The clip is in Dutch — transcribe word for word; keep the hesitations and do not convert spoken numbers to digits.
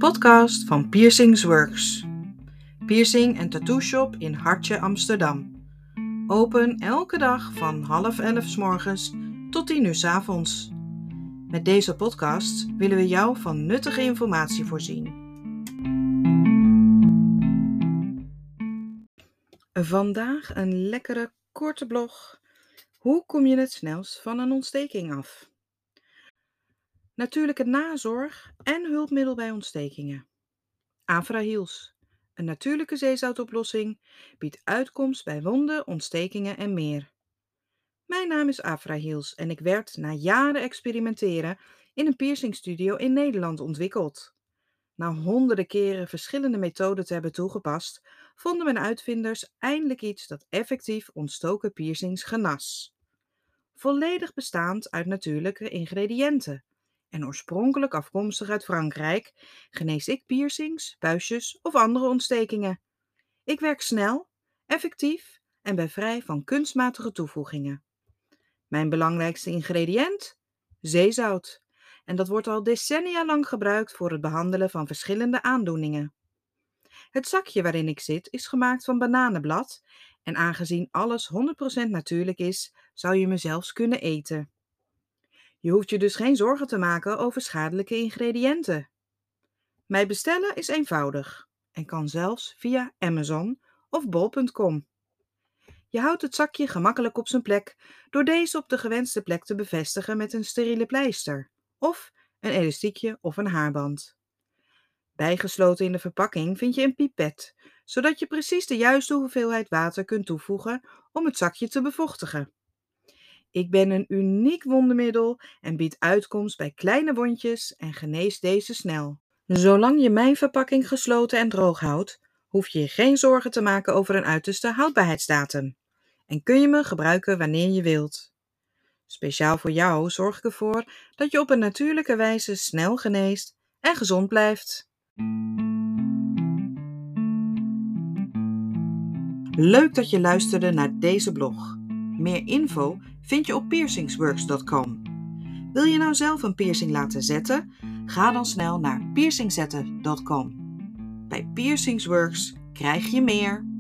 podcast van Piercings Works. Piercing en tattoo shop in Hartje, Amsterdam. Open elke dag van half elf 's morgens tot tien uur 's avonds. Met deze podcast willen we jou van nuttige informatie voorzien. Vandaag een lekkere korte blog. Hoe kom je het snelst van een ontsteking af? Natuurlijke nazorg en hulpmiddel bij ontstekingen. Avra-Heals, een natuurlijke zeezoutoplossing, biedt uitkomst bij wonden, ontstekingen en meer. Mijn naam is Avra-Heals en ik werd na jaren experimenteren in een piercingstudio in Nederland ontwikkeld. Na honderden keren verschillende methoden te hebben toegepast, vonden mijn uitvinders eindelijk iets dat effectief ontstoken piercings genas. Volledig bestaand uit natuurlijke ingrediënten en oorspronkelijk afkomstig uit Frankrijk, genees ik piercings, buisjes of andere ontstekingen. Ik werk snel, effectief en ben vrij van kunstmatige toevoegingen. Mijn belangrijkste ingrediënt? Zeezout. En dat wordt al decennia lang gebruikt voor het behandelen van verschillende aandoeningen. Het zakje waarin ik zit is gemaakt van bananenblad en aangezien alles honderd procent natuurlijk is, zou je me zelfs kunnen eten. Je hoeft je dus geen zorgen te maken over schadelijke ingrediënten. Mij bestellen is eenvoudig en kan zelfs via Amazon of bol punt com. Je houdt het zakje gemakkelijk op zijn plek door deze op de gewenste plek te bevestigen met een steriele pleister of een elastiekje of een haarband. Bijgesloten in de verpakking vind je een pipet, zodat je precies de juiste hoeveelheid water kunt toevoegen om het zakje te bevochtigen. Ik ben een uniek wondermiddel en bied uitkomst bij kleine wondjes en genees deze snel. Zolang je mijn verpakking gesloten en droog houdt, hoef je je geen zorgen te maken over een uiterste houdbaarheidsdatum. En kun je me gebruiken wanneer je wilt. Speciaal voor jou zorg ik ervoor dat je op een natuurlijke wijze snel geneest en gezond blijft. Leuk dat je luisterde naar deze blog. Meer info vind je op piercingsworks punt com. Wil je nou zelf een piercing laten zetten? Ga dan snel naar piercingzetten punt com. Bij Piercings Works krijg je meer.